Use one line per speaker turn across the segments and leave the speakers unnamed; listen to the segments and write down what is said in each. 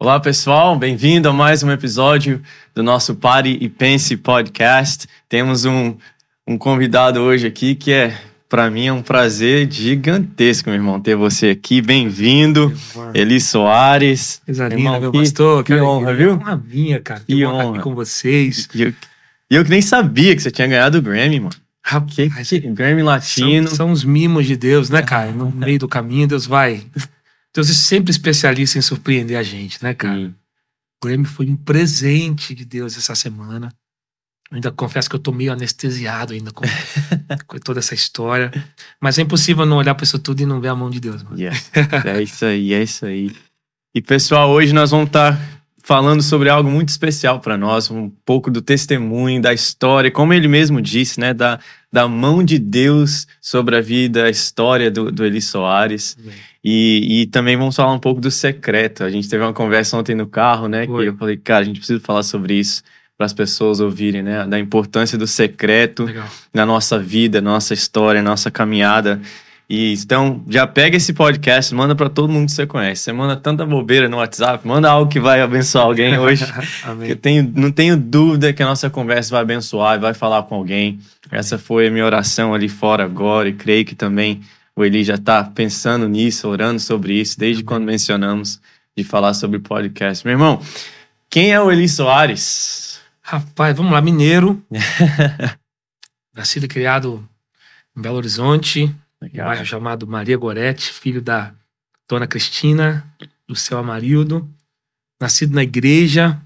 Olá, pessoal, bem-vindo a mais um episódio do nosso Pare e Pense Podcast. Temos um convidado hoje aqui que para mim é um prazer gigantesco, meu irmão, ter você aqui. Bem-vindo, Eli Soares.
Coisa linda, meu pastor.
Que honra, viu?
É uma minha, cara.
Que
honra
honra
estar aqui com vocês.
E eu que nem sabia que você tinha ganhado o Grammy, mano.
Rapaz,
que Grammy latino.
São os mimos de Deus, né, cara? No meio do caminho, Deus é sempre especialista em surpreender a gente, né, cara?
Sim.
O Grammy foi um presente de Deus essa semana. Eu ainda confesso que eu tô meio anestesiado ainda com toda essa história. Mas é impossível não olhar para isso tudo e não ver a mão de Deus, mano.
Yes. É isso aí. E, pessoal, hoje nós vamos estar falando sobre algo muito especial para nós, um pouco do testemunho, da história, como ele mesmo disse, né, da mão de Deus sobre a vida, a história do Eli Soares. E também vamos falar um pouco do secreto. A gente teve uma conversa ontem no carro, né, que eu falei, cara, a gente precisa falar sobre isso para as pessoas ouvirem, né, da importância do secreto na nossa vida, na nossa história, na nossa caminhada. E então, já pega esse podcast, manda para todo mundo que você conhece. Você manda tanta bobeira no WhatsApp, manda algo que vai abençoar alguém hoje.
Amém.
Não tenho dúvida que a nossa conversa vai abençoar e vai falar com alguém. Essa foi a minha oração ali fora agora, e creio que também o Eli já está pensando nisso, orando sobre isso, desde quando mencionamos de falar sobre podcast. Meu irmão, quem é o Eli Soares?
Rapaz, vamos lá, mineiro. Nascido e criado em Belo Horizonte. Um bairro chamado Maria Gorete, filho da Dona Cristina, do seu Amarildo, nascido na igreja,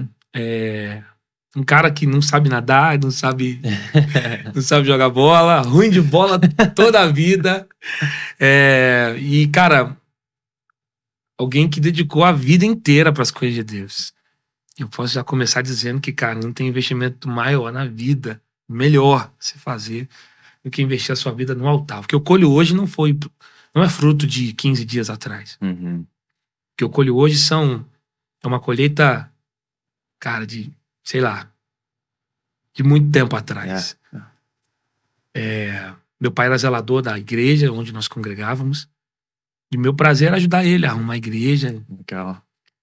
um cara que não sabe nadar, não sabe jogar bola, ruim de bola toda a vida, e cara, alguém que dedicou a vida inteira para as coisas de Deus. Eu posso já começar dizendo que, cara, não tem investimento maior na vida, melhor se fazer do que investir a sua vida no altar. O que eu colho hoje não é fruto de 15 dias atrás. O que eu colho hoje é uma colheita, cara, de, sei lá, de muito tempo atrás. Meu pai era zelador da igreja onde nós congregávamos, e meu prazer era ajudar ele a arrumar a igreja.
Legal.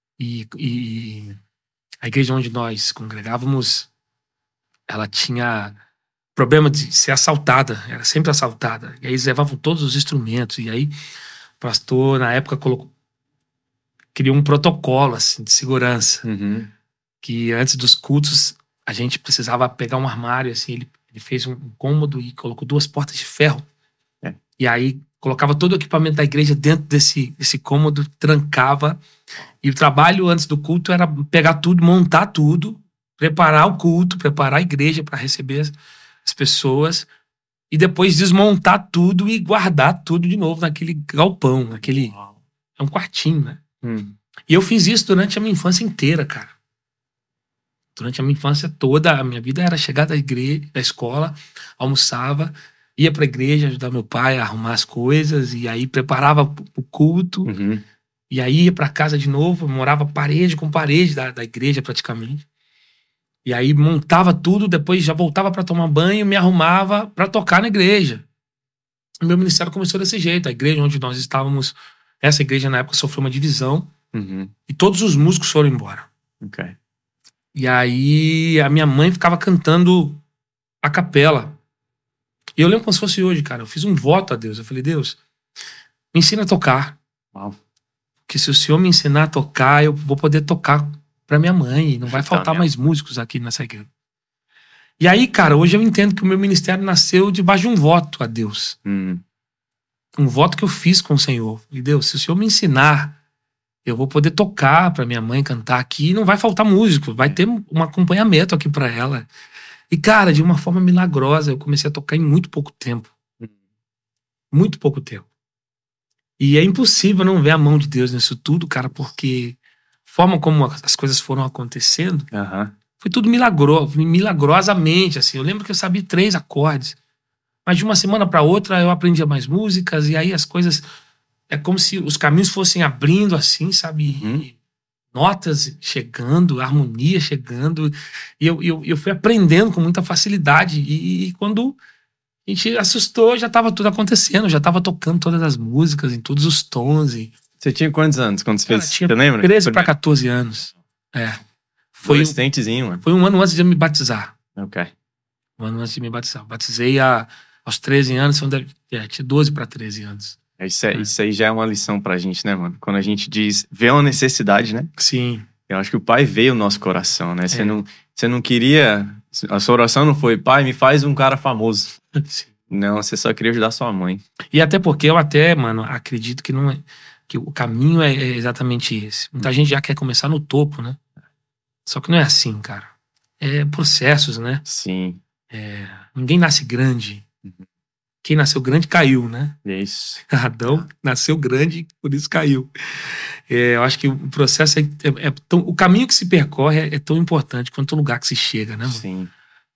E a igreja onde nós congregávamos, ela tinha problema de ser assaltada, era sempre assaltada. E aí eles levavam todos os instrumentos. E aí o pastor, na época, criou um protocolo assim, de segurança. Que antes dos cultos, a gente precisava pegar um armário, assim, ele fez um cômodo e colocou 2 portas de ferro. E aí colocava todo o equipamento da igreja dentro desse cômodo, trancava. E o trabalho antes do culto era pegar tudo, montar tudo, preparar o culto, preparar a igreja para receber as pessoas, e depois desmontar tudo e guardar tudo de novo naquele galpão, é um quartinho, né? E eu fiz isso durante a minha infância inteira, cara. Durante a minha infância toda, a minha vida era chegar da escola, almoçava, ia pra igreja ajudar meu pai a arrumar as coisas, e aí preparava o culto, e aí ia pra casa de novo, morava parede com parede da igreja praticamente. E aí montava tudo, depois já voltava para tomar banho, me arrumava para tocar na igreja. O meu ministério começou desse jeito. A igreja onde nós estávamos, essa igreja na época sofreu uma divisão, e todos os músicos foram embora. E aí a minha mãe ficava cantando a capela. E eu lembro como se fosse hoje, cara. Eu fiz um voto a Deus. Eu falei, Deus, me ensina a tocar. Porque se o Senhor me ensinar a tocar, eu vou poder tocar pra minha mãe, não vai faltar mais músicos aqui nessa igreja. E aí, cara, hoje eu entendo que o meu ministério nasceu debaixo de um voto a Deus. Um voto que eu fiz com o Senhor. E Deus, se o Senhor me ensinar, eu vou poder tocar pra minha mãe, cantar aqui, e não vai faltar músico, vai ter um acompanhamento aqui pra ela. E, cara, de uma forma milagrosa, eu comecei a tocar em muito pouco tempo. Muito pouco tempo. E é impossível não ver a mão de Deus nisso tudo, cara, porque forma como as coisas foram acontecendo, foi tudo milagrosamente, assim. Eu lembro que eu sabia 3 acordes, mas de uma semana para outra eu aprendia mais músicas, e aí as coisas, é como se os caminhos fossem abrindo, assim, sabe? Notas chegando, harmonia chegando, e eu fui aprendendo com muita facilidade, e quando a gente assustou, já estava tudo acontecendo, já estava tocando todas as músicas, em todos os tons, e
Você tinha quantos anos quando você
Cara,
fez?
tinha
Você lembra?
13 para 14 anos. Foi
Adolescentezinho, mano.
um ano antes de eu me batizar.
Ok.
Um ano antes de me batizar. Eu batizei aos 13 anos, tinha 12 para 13 anos.
Isso aí já é uma lição pra gente, né, mano? Quando a gente vê uma necessidade, né?
Sim.
Eu acho que o pai veio no nosso coração, né? Você não queria... A sua oração não foi, pai, me faz um cara famoso.
Sim.
Não, você só queria ajudar sua mãe.
E até porque eu mano, acredito que não é, que o caminho é exatamente esse. Muita gente já quer começar no topo, né? Só que não é assim, cara. É processos, né?
Sim.
Ninguém nasce grande. Quem nasceu grande caiu, né?
É isso.
Adão nasceu grande, por isso caiu. Eu acho que o processo o caminho que se percorre é tão importante quanto o lugar que se chega, né, mano?
Sim.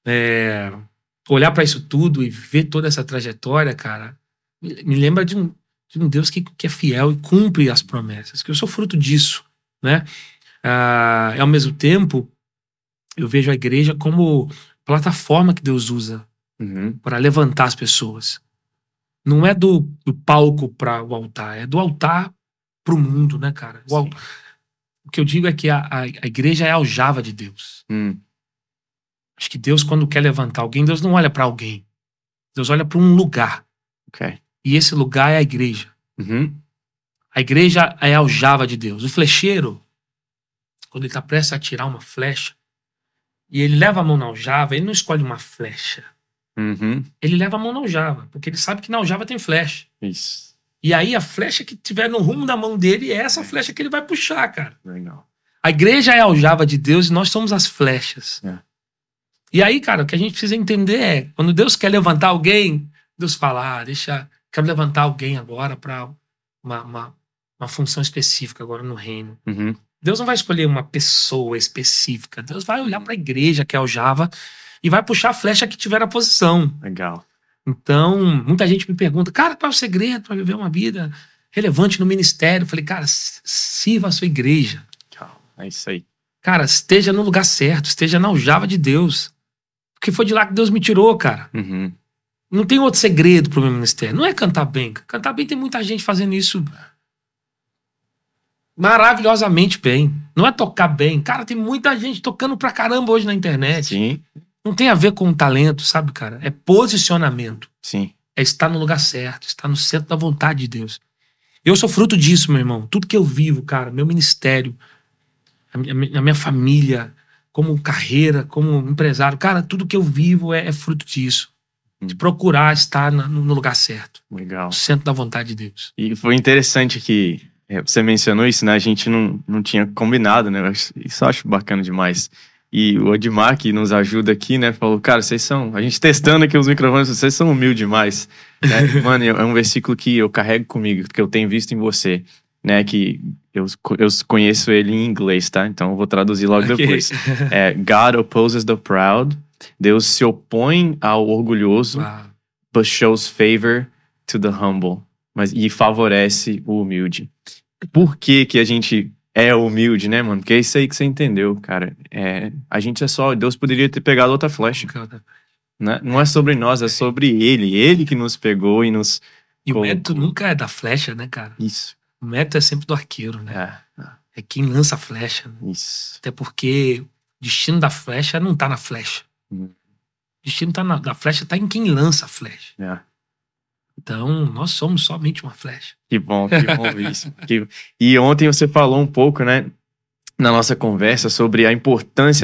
Olhar pra isso tudo e ver toda essa trajetória, cara, me lembra de um Deus que é fiel e cumpre as promessas, que eu sou fruto disso, né? Ao mesmo tempo, eu vejo a igreja como plataforma que Deus usa para levantar as pessoas. Não é do palco para o altar, é do altar pro mundo, né, cara? O que eu digo é que a igreja é a aljava de Deus. Acho que Deus, quando quer levantar alguém, Deus não olha para alguém. Deus olha para um lugar.
Ok.
E esse lugar é a igreja. A igreja é a aljava de Deus. O flecheiro, quando ele está prestes a atirar uma flecha, e ele leva a mão na aljava, ele não escolhe uma flecha. Ele leva a mão na aljava, porque ele sabe que na aljava tem flecha.
Isso.
E aí a flecha que tiver no rumo da mão dele é essa flecha que ele vai puxar, cara.
Legal.
A igreja é a aljava de Deus e nós somos as flechas. E aí, cara, o que a gente precisa entender é, quando Deus quer levantar alguém, Deus fala, quero levantar alguém agora para uma função específica agora no reino. Deus não vai escolher uma pessoa específica. Deus vai olhar para a igreja, que é a aljava, e vai puxar a flecha que tiver na posição.
Legal.
Então, muita gente me pergunta, cara, qual é o segredo para viver uma vida relevante no ministério? Eu falei, cara, sirva a sua igreja.
É isso aí.
Cara, esteja no lugar certo, esteja na aljava de Deus. Porque foi de lá que Deus me tirou, cara. Não tem outro segredo pro meu ministério. Não é cantar bem. Cantar bem tem muita gente fazendo isso maravilhosamente bem. Não é tocar bem. Cara, tem muita gente tocando pra caramba hoje na internet.
Sim.
Não tem a ver com talento, sabe, cara? É posicionamento.
Sim.
É estar no lugar certo, estar no centro da vontade de Deus. Eu sou fruto disso, meu irmão. Tudo que eu vivo, cara, meu ministério, a minha família, como carreira, como empresário, cara, tudo que eu vivo é fruto disso. De procurar estar no lugar certo.
Legal.
No centro da vontade de Deus.
E foi interessante que você mencionou isso, né? A gente não tinha combinado, né? Isso eu acho bacana demais. E o Odmar, que nos ajuda aqui, né? Falou, cara, a gente testando aqui os microfones, vocês são humildes demais. Né? Mano, é um versículo que eu carrego comigo, que eu tenho visto em você, né? Que eu conheço ele em inglês, tá? Então eu vou traduzir logo depois. God opposes the proud. Deus se opõe ao orgulhoso, but shows favor to the humble. E favorece o humilde. Por que a gente é humilde, né, mano? Porque é isso aí que você entendeu, cara. A gente Deus poderia ter pegado outra flecha. Né? Não é sobre nós, é sobre Ele. Ele que nos pegou e nos...
E o mérito nunca é da flecha, né, cara?
Isso.
O mérito é sempre do arqueiro, né? É quem lança a flecha. Né?
Isso.
Até porque o destino da flecha não tá na flecha. O destino da flecha tá em quem lança a flecha. Então, nós somos somente uma flecha.
Que bom ver isso. E ontem você falou um pouco, né, na nossa conversa, sobre a importância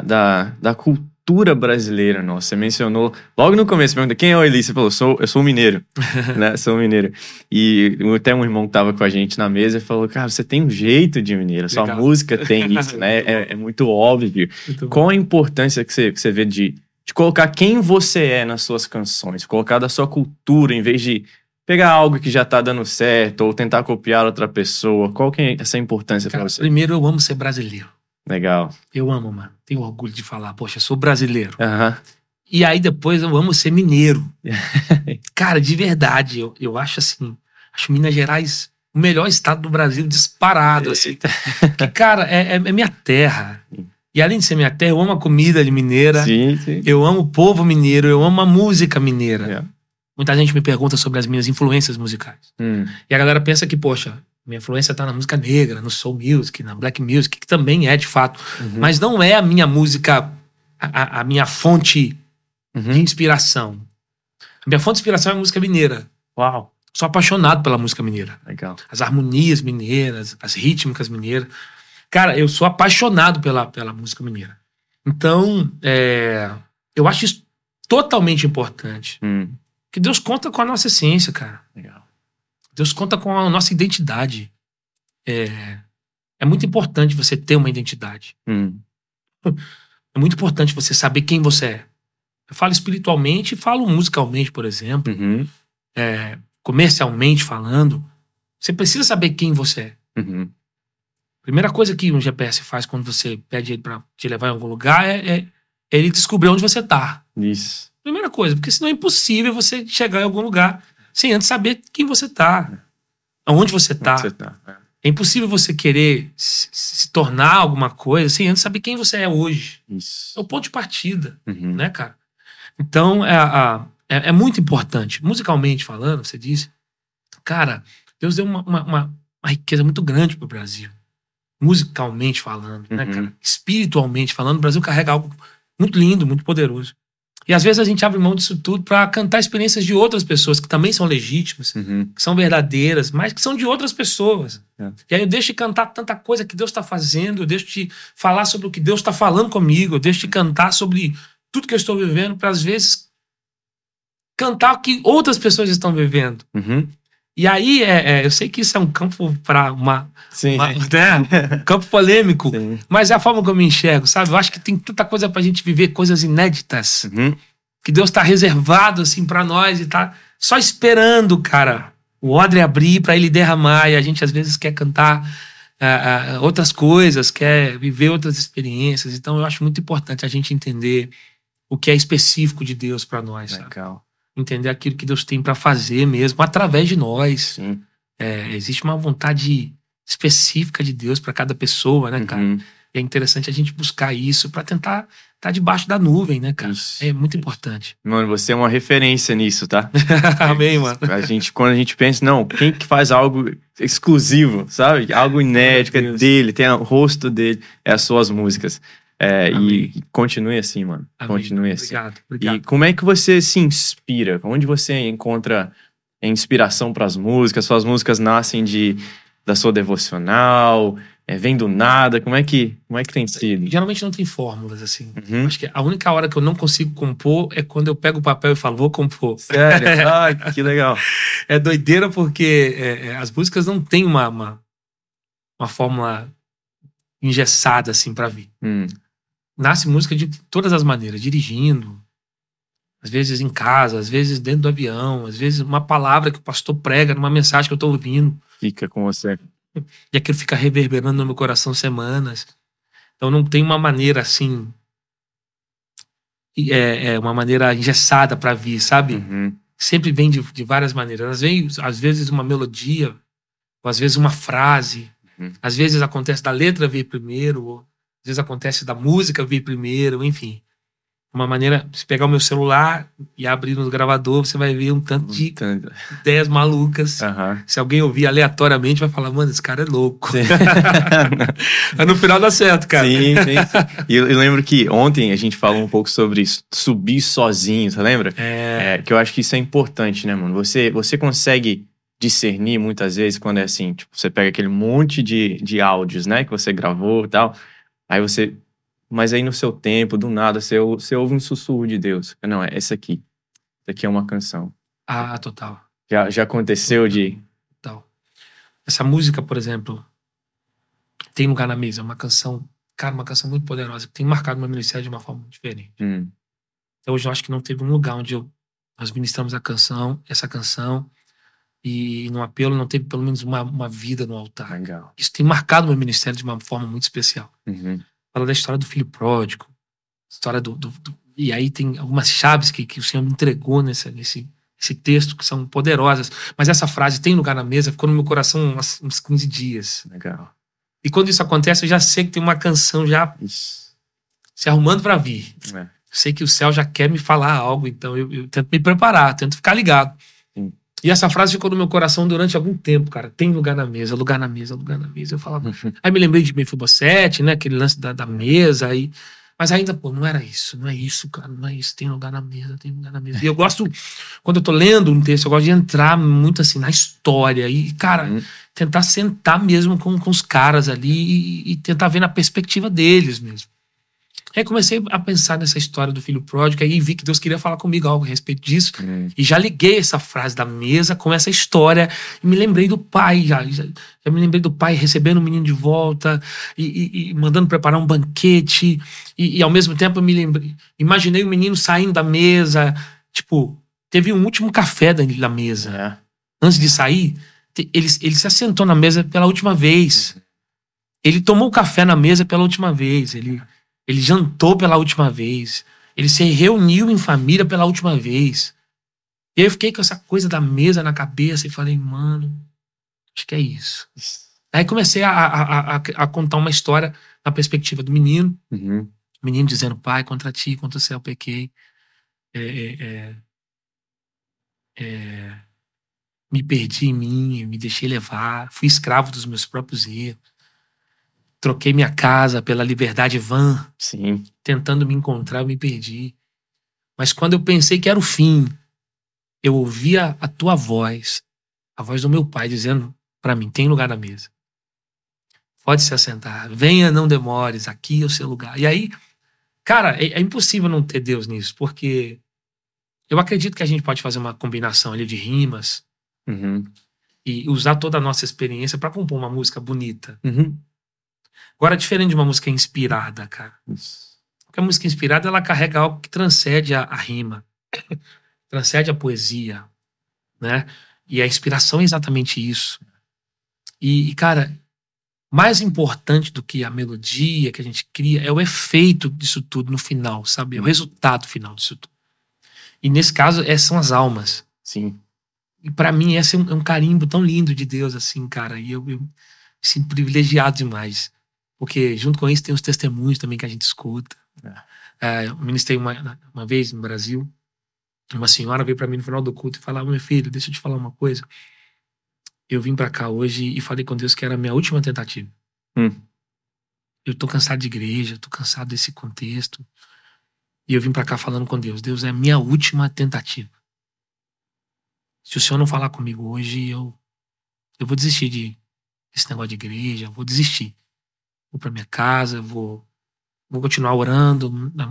da cultura brasileira nossa. Você mencionou, logo no começo, pergunta, quem é o Eli? Você falou, eu sou mineiro. Né? Sou mineiro. E até um irmão que tava com a gente na mesa falou, cara, você tem um jeito de mineiro, sua música tem isso, né? É muito óbvio. Muito Qual a importância que você vê de colocar quem você é nas suas canções, colocar da sua cultura, em vez de pegar algo que já tá dando certo ou tentar copiar outra pessoa? Qual que é essa importância pra você?
Primeiro, eu amo ser brasileiro.
Legal.
Eu amo, mano. Tenho orgulho de falar, poxa, eu sou brasileiro. E aí depois eu amo ser mineiro. Cara, de verdade, eu acho assim, acho Minas Gerais o melhor estado do Brasil disparado, assim. Porque, cara, é minha terra. E além de ser minha terra, eu amo a comida mineira.
Sim.
Eu amo o povo mineiro, eu amo a música mineira. Muita gente me pergunta sobre as minhas influências musicais. E a galera pensa que, poxa, Minha influência tá na música negra, no soul music, na black music, que também é de fato.
Uhum.
Mas não é a minha música, a minha fonte de
Uhum.
inspiração. A minha fonte de inspiração é a música mineira.
Uau.
Sou apaixonado pela música mineira.
Legal.
As harmonias mineiras, as rítmicas mineiras. Cara, eu sou apaixonado pela música mineira. Então, eu acho isso totalmente importante. Que Deus conta com a nossa essência, cara.
Legal.
Deus conta com a nossa identidade. É muito importante você ter uma identidade. É muito importante você saber quem você é. Eu falo espiritualmente e falo musicalmente, por exemplo.
Uhum.
Comercialmente falando. Você precisa saber quem você é.
Uhum.
Primeira coisa que um GPS faz quando você pede ele pra te levar em algum lugar é ele descobrir onde você tá.
Isso.
Primeira coisa, porque senão é impossível você chegar em algum lugar sem antes saber quem você tá. Onde você tá.
Onde você tá.
É impossível você querer se tornar alguma coisa sem antes saber quem você é hoje.
Isso.
É o ponto de partida,
Uhum.
né, cara? Então, é muito importante. Musicalmente falando, você disse, cara, Deus deu uma riqueza muito grande pro Brasil. Musicalmente falando, né,
Uhum.
cara? Espiritualmente falando, o Brasil carrega algo muito lindo, muito poderoso. E às vezes a gente abre mão disso tudo pra cantar experiências de outras pessoas que também são legítimas,
Uhum.
que são verdadeiras, mas que são de outras pessoas. E aí eu deixo de cantar tanta coisa que Deus tá fazendo, eu deixo de falar sobre o que Deus tá falando comigo, eu deixo de cantar sobre tudo que eu estou vivendo pra às vezes cantar o que outras pessoas estão vivendo.
Uhum.
E aí, eu sei que isso é um campo para
Sim.
um campo polêmico,
Sim.
mas é a forma como eu me enxergo, sabe? Eu acho que tem tanta coisa pra gente viver, coisas inéditas,
Uhum.
que Deus tá reservado, assim, pra nós e tá só esperando, cara, o odre abrir pra ele derramar, e a gente às vezes quer cantar outras coisas, quer viver outras experiências. Então eu acho muito importante a gente entender o que é específico de Deus pra nós, sabe?
Legal.
Entender aquilo que Deus tem pra fazer mesmo, através de nós.
Sim.
Existe uma vontade específica de Deus pra cada pessoa, né, cara?
Uhum.
E é interessante a gente buscar isso pra tentar estar debaixo da nuvem, né, cara?
Isso.
É muito importante.
Mano, você é uma referência nisso, tá?
Amém, mano.
Quando a gente pensa, não, quem que faz algo exclusivo, sabe? Algo inédito, é dele, tem o rosto dele, é as suas músicas. E continue assim, mano.
Amém.
Continue assim.
Obrigado.
E como é que você se inspira? Onde você encontra inspiração para as músicas? Suas músicas nascem da sua devocional? Vem do nada? Como é que tem sido?
Geralmente não tem fórmulas, assim.
Uhum.
Acho que a única hora que eu não consigo compor é quando eu pego o papel e falo, vou compor.
Sério? Ai, que legal.
É doideira porque as músicas não têm uma fórmula engessada, assim, pra vir. Nasce música de todas as maneiras, dirigindo, às vezes em casa, às vezes dentro do avião, às vezes uma palavra que o pastor prega numa mensagem que eu tô ouvindo.
Fica com você.
E aquilo fica reverberando no meu coração semanas. Então não tem uma maneira assim, uma maneira engessada pra vir, sabe?
Uhum.
Sempre vem de várias maneiras. Às vezes uma melodia, ou às vezes uma frase.
Uhum.
Às vezes acontece da letra vir primeiro, ou às vezes acontece da música vir primeiro, enfim. Uma maneira, se pegar o meu celular e abrir no gravador, você vai ver um tanto de ideias malucas.
Uhum.
Se alguém ouvir aleatoriamente, vai falar, mano, esse cara é louco. Mas no final dá certo, cara.
Sim. E eu lembro que ontem a gente falou um pouco sobre isso, subir sozinho, você lembra? Que eu acho que isso é importante, né, mano? Você consegue discernir muitas vezes quando é assim, tipo, você pega aquele monte de áudios, né, que você gravou e tal, aí você... Mas aí no seu tempo, do nada, você ouve um sussurro de Deus. Não, é essa aqui. Essa aqui é uma canção.
Ah, total.
Já aconteceu de...
Total. Essa música, por exemplo, Tem Lugar na Mesa, é uma canção, cara, uma canção muito poderosa, que tem marcado meu ministério de uma forma diferente. Então hoje eu acho que não teve um lugar onde nós ministramos essa canção, e no apelo não teve pelo menos uma vida no altar.
Legal.
Isso tem marcado meu ministério de uma forma muito especial. Fala da história do filho pródigo, história e aí tem algumas chaves que o Senhor me entregou nesse texto que são poderosas. Mas essa frase, tem lugar na mesa, ficou no meu coração uns 15 dias.
Legal.
E quando isso acontece, eu já sei que tem uma canção já se arrumando para vir. Eu sei que o céu já quer me falar algo, então eu tento me preparar, tento ficar ligado.
Sim.
E essa frase ficou no meu coração durante algum tempo, cara. Tem lugar na mesa, lugar na mesa, lugar na mesa. Eu falava. Aí me lembrei de Mefibosete, né? Aquele lance da mesa. Aí... Mas ainda, pô, não era isso. Não é isso, cara. Não é isso. Tem lugar na mesa, tem lugar na mesa. E eu gosto, quando eu tô lendo um texto, eu gosto de entrar muito assim na história. E, cara, tentar sentar mesmo com os caras ali e tentar ver na perspectiva deles mesmo. Aí comecei a pensar nessa história do filho pródigo, aí vi que Deus queria falar comigo algo a respeito disso. E já liguei essa frase da mesa com essa história. E me lembrei do pai, já me lembrei do pai recebendo o menino de volta e mandando preparar um banquete. E ao mesmo tempo eu me lembrei, imaginei o menino saindo da mesa. Tipo, teve um último café da mesa. Antes de sair, ele se assentou na mesa pela última vez. Ele tomou café na mesa pela última vez. Ele jantou pela última vez. Ele se reuniu em família pela última vez. E aí eu fiquei com essa coisa da mesa na cabeça e falei, mano, acho que é isso. Aí comecei a contar uma história na perspectiva do menino. O menino dizendo, pai, contra ti, contra o céu pequei. Me perdi em mim, me deixei levar. Fui escravo dos meus próprios erros. Troquei minha casa pela liberdade vã.
Sim.
Tentando me encontrar, eu me perdi. Mas quando eu pensei que era o fim, eu ouvia a tua voz, a voz do meu pai, dizendo para mim, tem lugar na mesa. Pode se assentar. Venha, não demores. Aqui é o seu lugar. E aí, cara, é impossível não ter Deus nisso, porque eu acredito que a gente pode fazer uma combinação ali de rimas e usar toda a nossa experiência para compor uma música bonita. Agora, diferente de uma música inspirada, cara. Porque a música inspirada, ela carrega algo que transcende a rima. Transcende a poesia, né? E a inspiração é exatamente isso. E, cara, mais importante do que a melodia que a gente cria é o efeito disso tudo no final, sabe? É o resultado final disso tudo. E nesse caso, são as almas.
Sim.
E pra mim, esse é um carimbo tão lindo de Deus, assim, cara. E eu me sinto privilegiado demais. Porque junto com isso tem os testemunhos também que a gente escuta. Eu ministrei uma vez no Brasil. Uma senhora veio pra mim no final do culto e falava, meu filho, deixa eu te falar uma coisa. Eu vim pra cá hoje e falei com Deus que era a minha última tentativa. Eu tô cansado de igreja, tô cansado desse contexto. E eu vim pra cá falando com Deus. Deus é a minha última tentativa. Se o Senhor não falar comigo hoje, eu vou desistir desse negócio de igreja, eu vou desistir. Vou pra minha casa, vou continuar orando,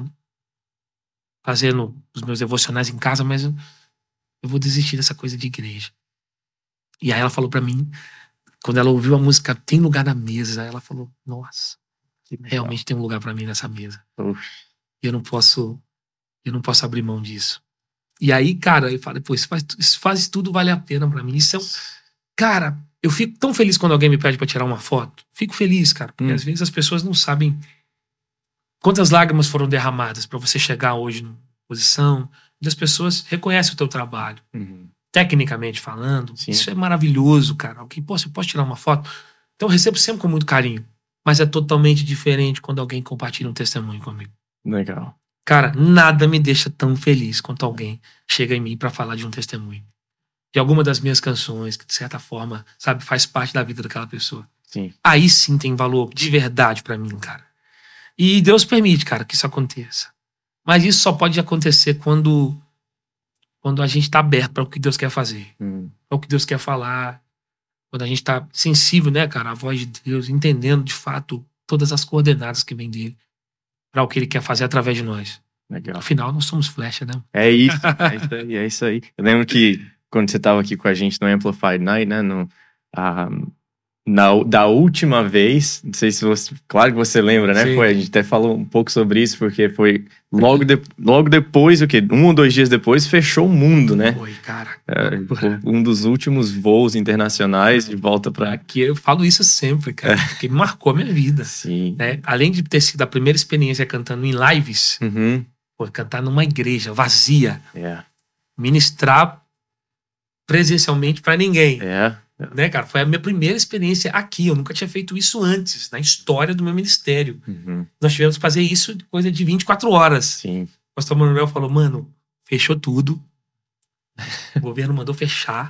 fazendo os meus devocionais em casa, mas eu vou desistir dessa coisa de igreja. E aí ela falou pra mim, quando ela ouviu a música Tem Lugar na Mesa, ela falou, nossa, realmente tem um lugar pra mim nessa mesa. E eu não posso abrir mão disso. E aí, cara, eu falei, pô, isso faz tudo vale a pena pra mim. Isso é cara, eu fico tão feliz quando alguém me pede pra tirar uma foto. Fico feliz, cara, porque às vezes as pessoas não sabem quantas lágrimas foram derramadas pra você chegar hoje numa posição onde as pessoas reconhecem o teu trabalho. Tecnicamente falando, isso é maravilhoso, cara. Alguém, pô, você pode tirar uma foto? Então eu recebo sempre com muito carinho. Mas é totalmente diferente quando alguém compartilha um testemunho comigo.
Legal.
Cara, nada me deixa tão feliz quanto alguém chega em mim pra falar de um testemunho. De alguma das minhas canções, que de certa forma, sabe, faz parte da vida daquela pessoa.
Sim.
Aí sim tem valor de verdade pra mim, cara. E Deus permite, cara, que isso aconteça. Mas isso só pode acontecer quando a gente tá aberto para o que Deus quer fazer. Para o que Deus quer falar. Quando a gente tá sensível, né, cara, à voz de Deus, entendendo de fato todas as coordenadas que vem dele para o que ele quer fazer através de nós.
Legal.
Afinal, nós somos flecha, né?
É isso aí, é isso aí. Eu lembro que quando você tava aqui com a gente no Amplified Night, né, da última vez, não sei se você... Claro que você lembra, né? A gente até falou um pouco sobre isso, porque foi logo depois, o quê? 1 ou 2 dias depois, fechou o mundo, né?
Foi, cara.
Um dos últimos voos internacionais de volta pra...
Aqui eu falo isso sempre, cara, porque marcou a minha vida.
Sim.
Né? Além de ter sido a primeira experiência cantando em lives, cantar numa igreja vazia, ministrar presencialmente pra ninguém. Né, cara? Foi a minha primeira experiência aqui. Eu nunca tinha feito isso antes, na história do meu ministério. Nós tivemos que fazer isso coisa de 24 horas.
Sim.
O pastor Manuel falou, mano, fechou tudo. O governo mandou fechar.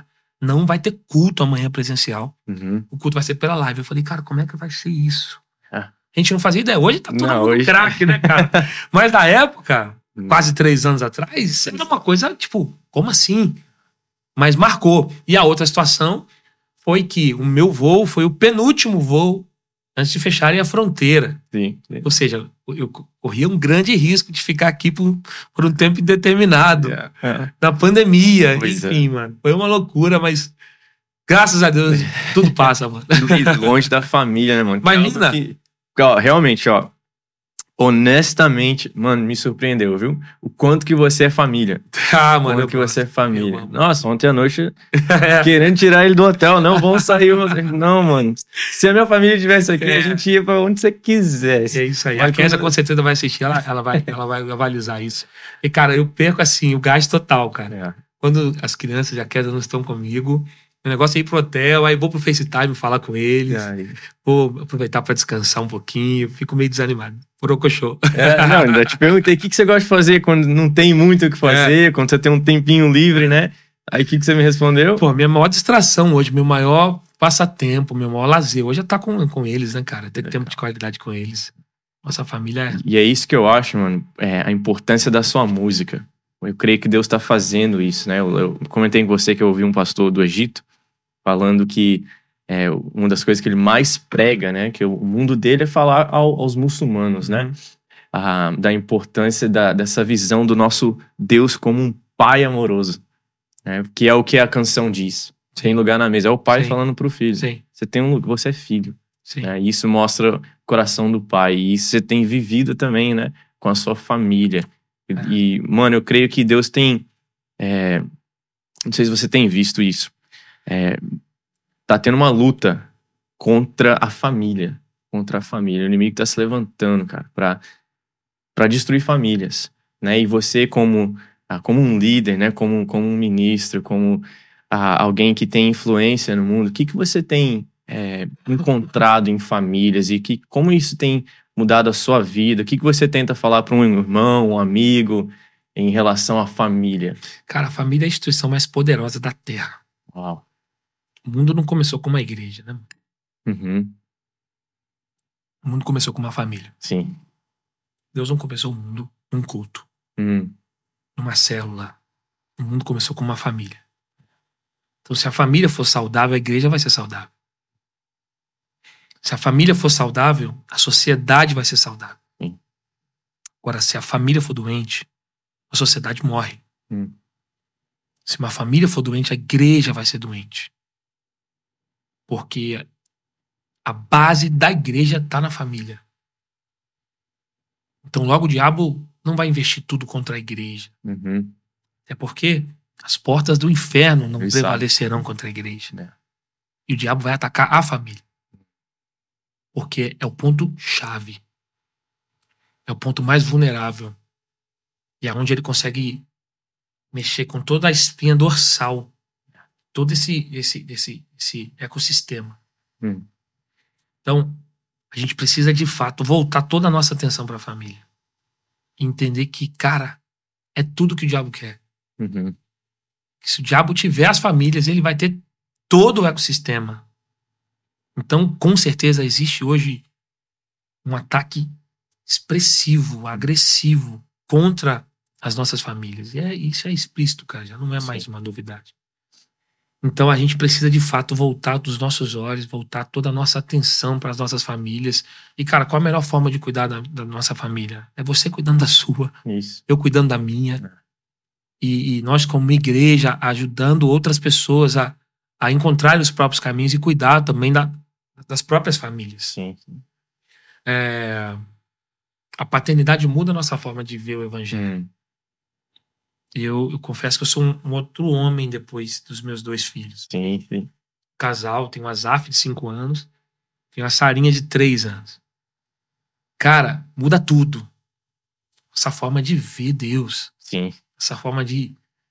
não vai ter culto amanhã presencial.
Uhum.
O culto vai ser pela live. Eu falei, cara, como é que vai ser isso?
Ah.
A gente não fazia ideia. Hoje tá todo
Não,
mundo
hoje-
craque, né, cara? Mas na época, quase 3 anos atrás, isso era uma coisa, tipo, como assim? Mas marcou. E a outra situação foi que o meu voo foi o penúltimo voo antes de fecharem a fronteira.
Sim.
Ou seja, eu corria um grande risco de ficar aqui por um tempo indeterminado.
Yeah.
Na pandemia.
Pois
Enfim, mano. Foi uma loucura, mas graças a Deus tudo passa, mano.
E longe da família, né, mano? Que é algo
Imagina.
ó, realmente, ó. Honestamente, mano, me surpreendeu, viu? O quanto que você é família.
Ah,
O
mano.
quanto que você é
Eu
família.
amo.
Nossa, ontem à noite, querendo tirar ele do hotel. Não, vamos sair. Não, mano. Se a minha família estivesse aqui, a gente ia pra onde você quisesse.
É isso aí.
Mas
A Kézia
como-
com certeza vai assistir, ela vai avalizar isso. E, cara, eu perco, assim, o gás total, cara.
É.
Quando as crianças e a Kézia não estão comigo, o negócio é ir pro hotel, aí vou pro FaceTime falar com eles,
Aí.
vou aproveitar pra descansar um pouquinho, fico meio desanimado. Porocochô.
Não, ainda te perguntei o que você gosta de fazer quando não tem muito o que fazer, quando você tem um tempinho livre, né? Aí o que você me respondeu?
Pô, minha maior distração hoje, meu maior passatempo, meu maior lazer, hoje é estar com eles, né, cara? Ter tempo de qualidade com eles. Nossa família
E é isso que eu acho, mano, a importância da sua música. Eu creio que Deus está fazendo isso, né? Eu comentei com você que eu ouvi um pastor do Egito falando que uma das coisas que ele mais prega, né? Que o mundo dele é falar aos muçulmanos, né? Da importância dessa visão do nosso Deus como um pai amoroso, né? Que é o que a canção diz. Tem lugar na mesa. É o pai
Sim.
falando pro filho.
Sim,
Você é filho.
sim.
Né? E isso mostra o coração do pai. E isso você tem vivido também, né? Com a sua família. E, mano, eu creio que Deus tem... não sei se você tem visto isso. Tá tendo uma luta contra a família. Contra a família. O inimigo tá se levantando, cara, pra destruir famílias. Né? E você, como um líder, né? Como um ministro, como alguém que tem influência no mundo, o que você tem encontrado em famílias e como isso tem mudado a sua vida? O que você tenta falar para um irmão, um amigo em relação à família?
Cara, a família é a instituição mais poderosa da Terra.
Uau.
O mundo não começou com uma igreja, né?
Uhum.
O mundo começou com uma família.
Sim.
Deus não começou o mundo num culto, numa célula. O mundo começou com uma família. Então, se a família for saudável, a igreja vai ser saudável. Se a família for saudável, a sociedade vai ser saudável.
Sim.
Agora, se a família for doente, a sociedade morre.
Hum.
Se uma família for doente, a igreja vai ser doente. Porque a base da igreja está na família. Então, logo o diabo não vai investir tudo contra a igreja.
Uhum.
Até porque as portas do inferno não
Ele
prevalecerão contra a igreja.
É.
E o diabo vai atacar a família. Porque é o ponto-chave. É o ponto mais vulnerável. E é onde ele consegue mexer com toda a espinha dorsal. Todo esse ecossistema. Então, a gente precisa, de fato, voltar toda a nossa atenção para a família. E entender que, cara, é tudo que o diabo quer.
Uhum.
Que se o diabo tiver as famílias, ele vai ter todo o ecossistema. Então, com certeza, existe hoje um ataque expressivo, agressivo contra as nossas famílias. E isso é explícito, cara. Já não é mais uma novidade. Então, a gente precisa, de fato, voltar dos nossos olhos, voltar toda a nossa atenção para as nossas famílias. E, cara, qual a melhor forma de cuidar da nossa família? É você cuidando da sua,
Isso.
eu cuidando da minha. E nós, como igreja, ajudando outras pessoas a encontrar os próprios caminhos e cuidar também das próprias famílias.
Sim.
A paternidade muda a nossa forma de ver o evangelho. Eu confesso que eu sou um outro homem depois dos meus 2 filhos.
Sim.
Casal, tenho o Azaf de 5 anos, tenho a Sarinha de 3 anos. Cara, muda tudo. Essa forma de ver Deus.
Sim.
Essa forma de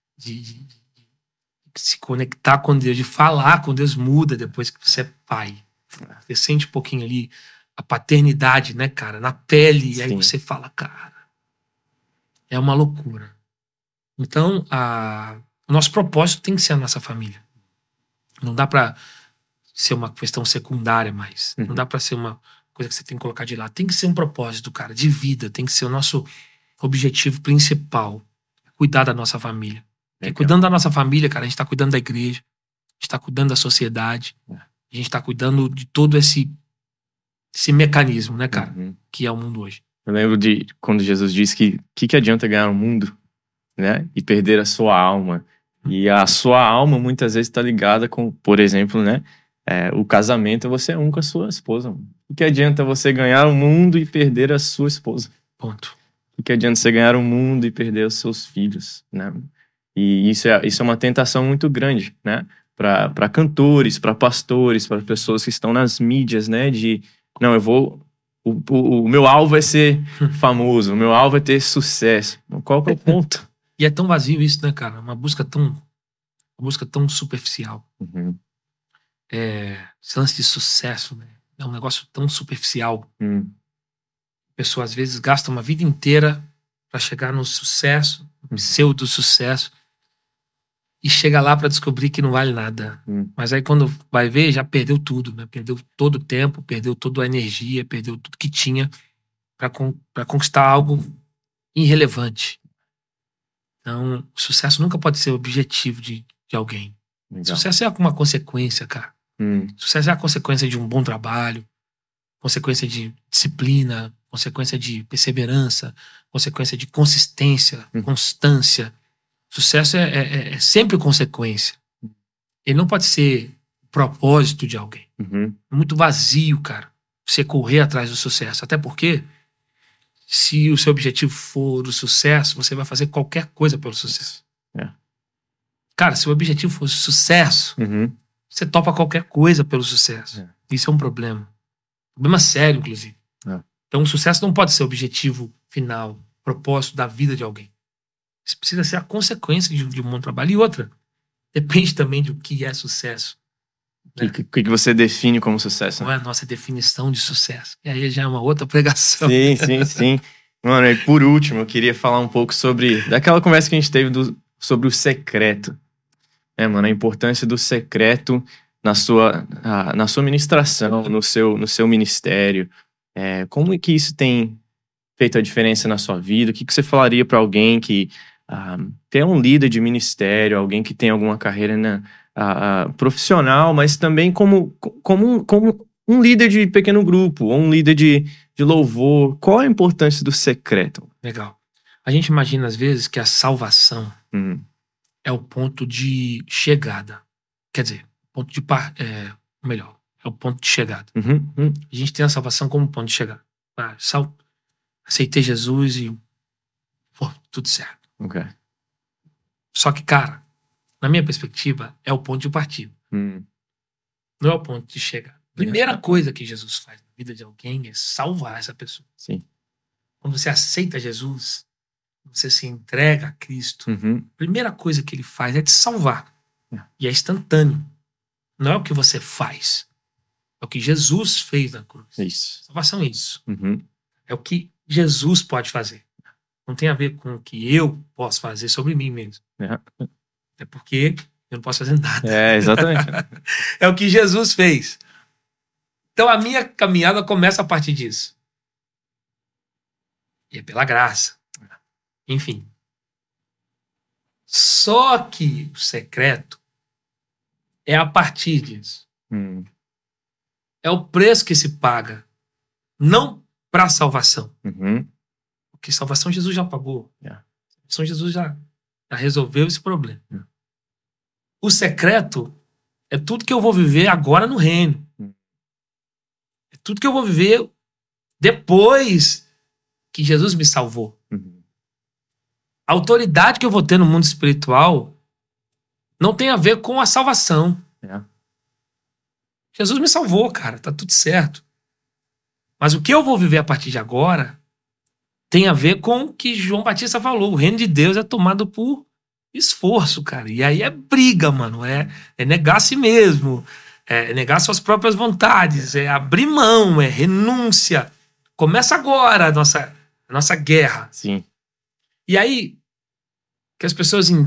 se conectar com Deus, de falar com Deus, muda depois que você é pai. Você sente um pouquinho ali a paternidade, né, cara, na pele. E aí
Sim.
você fala, cara, é uma loucura. Então, o nosso propósito tem que ser a nossa família. Não dá pra ser uma questão secundária mais.
Uhum.
Não dá pra ser uma coisa que você tem que colocar de lado. Tem que ser um propósito, cara, de vida. Tem que ser o nosso objetivo principal. Cuidar da nossa família. Porque cuidando da nossa família, cara, a gente tá cuidando da igreja. A gente tá cuidando da sociedade. A gente tá cuidando de todo esse mecanismo, né, cara?
Uhum.
Que é o mundo hoje.
Eu lembro de quando Jesus disse que adianta ganhar o mundo, né? E perder a sua alma. E a sua alma muitas vezes está ligada com, por exemplo, né? O casamento, você é um com a sua esposa. O que adianta você ganhar o mundo e perder a sua esposa?
Ponto.
O que adianta você ganhar o mundo e perder os seus filhos, né? E isso é uma tentação muito grande, né? Para cantores, para pastores, para pessoas que estão nas mídias, né? Não, eu vou... O meu alvo é ser famoso, o meu alvo é ter sucesso. Qual que é o ponto?
E é tão vazio isso, né, cara? Uma busca tão superficial.
Uhum.
Esse lance de sucesso, né? É um negócio tão superficial. A pessoa, às vezes, gasta uma vida inteira para chegar no sucesso, no pseudo-sucesso, e chega lá para descobrir que não vale nada. Mas aí, quando vai ver, já perdeu tudo, né? Perdeu todo o tempo, perdeu toda a energia, perdeu tudo que tinha para conquistar algo irrelevante. Então, o sucesso nunca pode ser o objetivo de alguém.
Legal.
Sucesso é uma consequência, cara. Sucesso é a consequência de um bom trabalho, consequência de disciplina, consequência de perseverança, consequência de consistência, constância. Sucesso é sempre consequência. Ele não pode ser propósito de alguém. É muito vazio, cara, você correr atrás do sucesso. Até porque, se o seu objetivo for o sucesso, você vai fazer qualquer coisa pelo sucesso. Cara, se o objetivo for sucesso, você topa qualquer coisa pelo sucesso. Isso é um problema. Problema sério, inclusive. Então, o sucesso não pode ser o objetivo final, propósito da vida de alguém. Isso precisa ser a consequência de um bom trabalho. E outra, depende também do que é sucesso.
O que você define como sucesso?
Qual é a nossa definição de sucesso? E aí já é uma outra pregação.
Sim. Mano, e por último, eu queria falar um pouco daquela conversa que a gente teve sobre o secreto. Mano, a importância do secreto na sua ministração, no seu ministério. Como é que isso tem feito a diferença na sua vida? O que você falaria para alguém que tem um líder de ministério, alguém que tem alguma carreira profissional, mas também como um líder de pequeno grupo, ou um líder de louvor? Qual a importância do secreto?
Legal. A gente imagina às vezes que a salvação é o ponto de chegada. Quer dizer, ponto de melhor, é o ponto de chegada. A gente tem a salvação como ponto de chegada. Aceitei Jesus e tudo certo.
Okay.
Só que, cara, na minha perspectiva, é o ponto de partida. Não é o ponto de chegada. Primeira coisa que Jesus faz na vida de alguém é salvar essa pessoa.
Sim.
Quando você aceita Jesus, você se entrega a Cristo, a primeira coisa que ele faz é te salvar. E é instantâneo. Não é o que você faz. É o que Jesus fez na cruz.
Isso.
Salvação é isso. É o que Jesus pode fazer. Não tem a ver com o que eu posso fazer sobre mim mesmo. É porque eu não posso fazer nada.
Exatamente.
É o que Jesus fez. Então a minha caminhada começa a partir disso. E é pela graça. Enfim. Só que o secreto é a partir disso. É o preço que se paga. Não para a salvação. Porque salvação Jesus já pagou. Salvação Jesus já resolveu esse problema. O secreto é tudo que eu vou viver agora no reino. É tudo que eu vou viver depois que Jesus me salvou. A autoridade que eu vou ter no mundo espiritual não tem a ver com a salvação. Jesus me salvou, cara. Tá tudo certo. Mas o que eu vou viver a partir de agora tem a ver com o que João Batista falou. O reino de Deus é tomado por esforço, cara. E aí é briga, mano. É negar a si mesmo. É negar suas próprias vontades. É abrir mão. É renúncia. Começa agora a nossa guerra.
Sim.
E aí, que as pessoas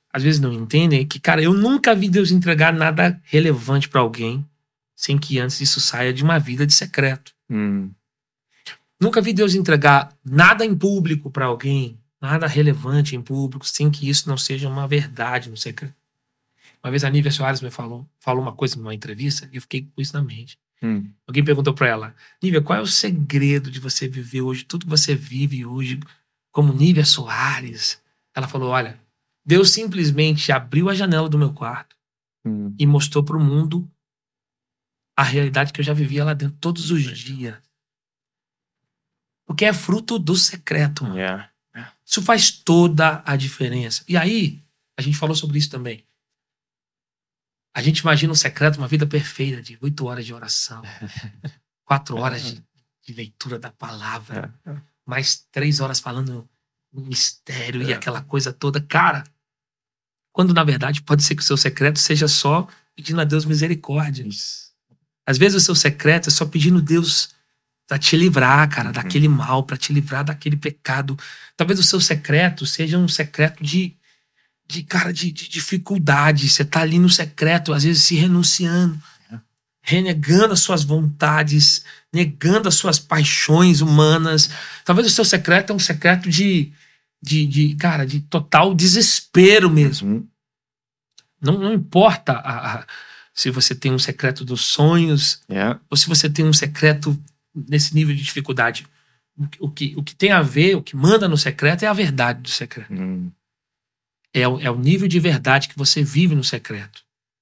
às vezes não entendem é que, cara, eu nunca vi Deus entregar nada relevante pra alguém sem que antes isso saia de uma vida de secreto. Nunca vi Deus entregar nada em público pra alguém, nada relevante em público, sem que isso não seja uma verdade no secreto. Uma vez a Nívia Soares me falou uma coisa numa entrevista e eu fiquei com isso na mente. Alguém perguntou pra ela: Nívia, qual é o segredo de você viver hoje, tudo que você vive hoje como Nívia Soares? Ela falou: olha, Deus simplesmente abriu a janela do meu quarto e mostrou pro mundo a realidade que eu já vivia lá dentro todos os dias. Porque é fruto do secreto, mano.
Yeah.
Isso faz toda a diferença. E aí, a gente falou sobre isso também. A gente imagina um secreto, uma vida perfeita de 8 horas de oração, 4 horas de leitura da palavra, mais 3 horas falando mistério e aquela coisa toda. Cara, quando na verdade pode ser que o seu secreto seja só pedindo a Deus misericórdia.
Isso.
Às vezes o seu secreto é só pedindo Deus pra te livrar, cara, daquele mal, pra te livrar daquele pecado. Talvez o seu secreto seja um secreto de dificuldade. Você tá ali no secreto, às vezes se renunciando, renegando as suas vontades, negando as suas paixões humanas. Talvez o seu secreto é um secreto de total desespero mesmo. Não importa se você tem um secreto dos sonhos ou se você tem um secreto nesse nível de dificuldade. O que tem a ver, o que manda no secreto é a verdade do secreto. É o nível de verdade que você vive no secreto.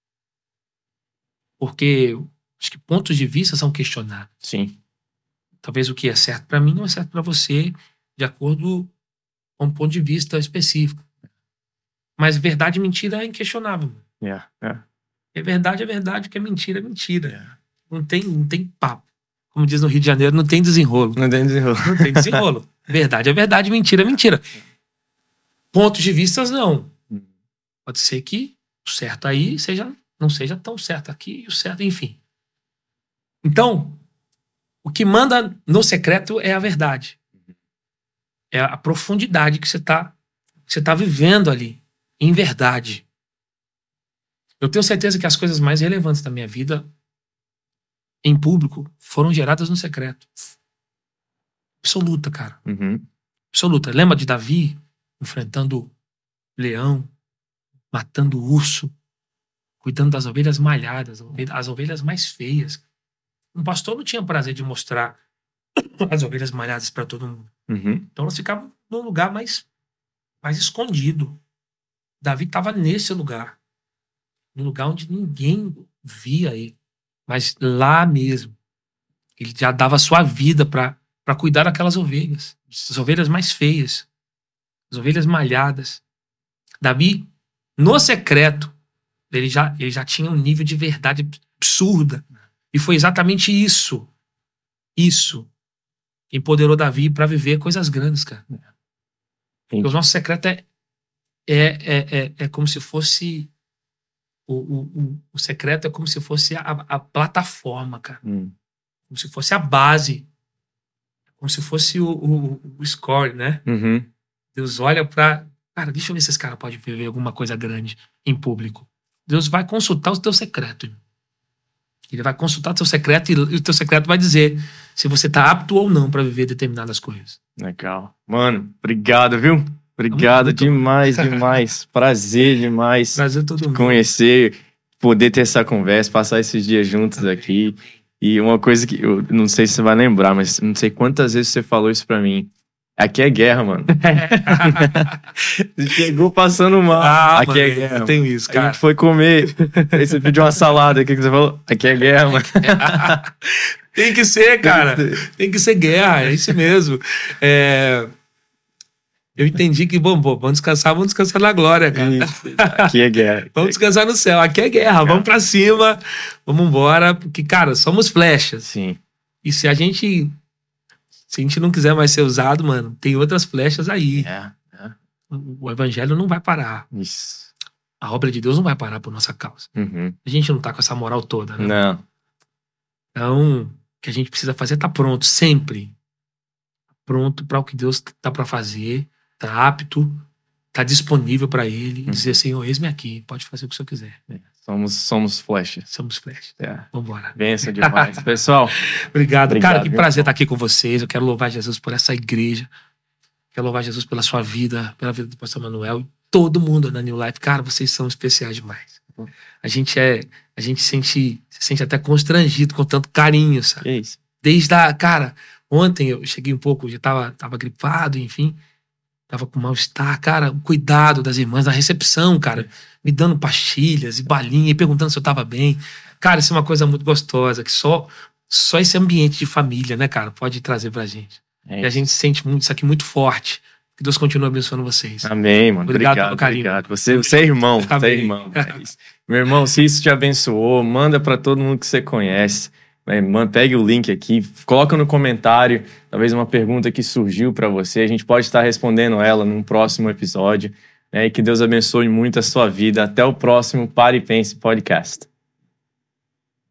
Porque acho que pontos de vista são questionados.
Sim.
Talvez o que é certo pra mim não é certo pra você, de acordo com um ponto de vista específico. Mas verdade e mentira é inquestionável. É verdade, o que é mentira é mentira. Não tem papo. Como diz no Rio de Janeiro, não tem desenrolo.
Não tem desenrolo.
Não tem desenrolo. Verdade é verdade, mentira é mentira. Pontos de vistas, não. Pode ser que o certo aí não seja tão certo aqui e o certo, enfim. Então, o que manda no secreto é a verdade. É a profundidade que você tá vivendo ali, em verdade. Eu tenho certeza que as coisas mais relevantes da minha vida, em público, foram geradas no secreto. Absoluta, cara. Absoluta. Lembra de Davi enfrentando leão, matando urso, cuidando das ovelhas malhadas, as ovelhas mais feias. Um pastor não tinha prazer de mostrar as ovelhas malhadas para todo mundo. Então elas ficavam num lugar mais escondido. Davi estava nesse lugar. Num lugar onde ninguém via ele. Mas lá mesmo. Ele já dava a sua vida para cuidar daquelas ovelhas. As ovelhas mais feias. As ovelhas malhadas. Davi, no secreto, ele já tinha um nível de verdade absurda. E foi exatamente isso que empoderou Davi para viver coisas grandes, cara. Porque o nosso secreto é como se fosse o secreto é como se fosse a plataforma, cara. Como se fosse a base. Como se fosse o score, né? Deus olha pra... Cara, deixa eu ver se esse cara pode viver alguma coisa grande em público. Deus vai consultar o teu secreto. Ele vai consultar o teu secreto e o teu secreto vai dizer se você tá apto ou não pra viver determinadas coisas.
Legal. Mano, obrigado, viu? Obrigado demais. Prazer demais.
Prazer todo mundo.
Conhecer, poder ter essa conversa, passar esses dias juntos aqui. E uma coisa que eu não sei se você vai lembrar, mas não sei quantas vezes você falou isso pra mim. Aqui é guerra, mano. Você chegou passando mal. Aqui
mano,
é guerra.
Eu tenho isso, cara.
A gente foi comer. Aí você pediu uma salada. O que você falou? Aqui é guerra, mano.
Tem que ser, cara. Tem que ser guerra. É isso mesmo. Eu entendi que, vamos descansar na glória, cara.
Isso. Aqui é guerra.
Vamos descansar no céu. Aqui é guerra. Vamos pra cima. Vamos embora. Porque, cara, somos flechas.
Sim.
E se a gente não quiser mais ser usado, mano, tem outras flechas aí. O evangelho não vai parar.
Isso.
A obra de Deus não vai parar por nossa causa. A gente não tá com essa moral toda, né?
Não.
Então, o que a gente precisa fazer é tá pronto, sempre. Pronto para o que Deus tá para fazer, tá apto, tá disponível para ele e dizer, Senhor, eis-me aqui, pode fazer o que o Senhor quiser.
Somos flecha.
Somos flecha.
É.
Vambora.
Benção demais. Pessoal,
Obrigado. Cara, que
viu?
prazer estar aqui com vocês. Eu quero louvar Jesus por essa igreja. Quero louvar Jesus pela sua vida, pela vida do pastor Manuel e todo mundo da New Life. Cara, vocês são especiais demais. A gente se sente até constrangido com tanto carinho, sabe?
Que isso?
Cara, ontem eu cheguei um pouco, já tava gripado, enfim. Tava com mal-estar, cara, o cuidado das irmãs, na recepção, cara, me dando pastilhas e balinha e perguntando se eu tava bem. Cara, isso é uma coisa muito gostosa, que só esse ambiente de família, né, cara, pode trazer pra gente. E a gente sente muito, isso aqui muito forte. Que Deus continue abençoando vocês.
Amém, mano.
Obrigado pelo carinho.
Obrigado. Você é irmão, você é irmão. É isso. Meu irmão, se isso te abençoou, manda pra todo mundo que você conhece. Pegue o link aqui, coloca no comentário, talvez uma pergunta que surgiu para você, a gente pode estar respondendo ela num próximo episódio, né? E que Deus abençoe muito a sua vida. Até o próximo Pare e Pense Podcast.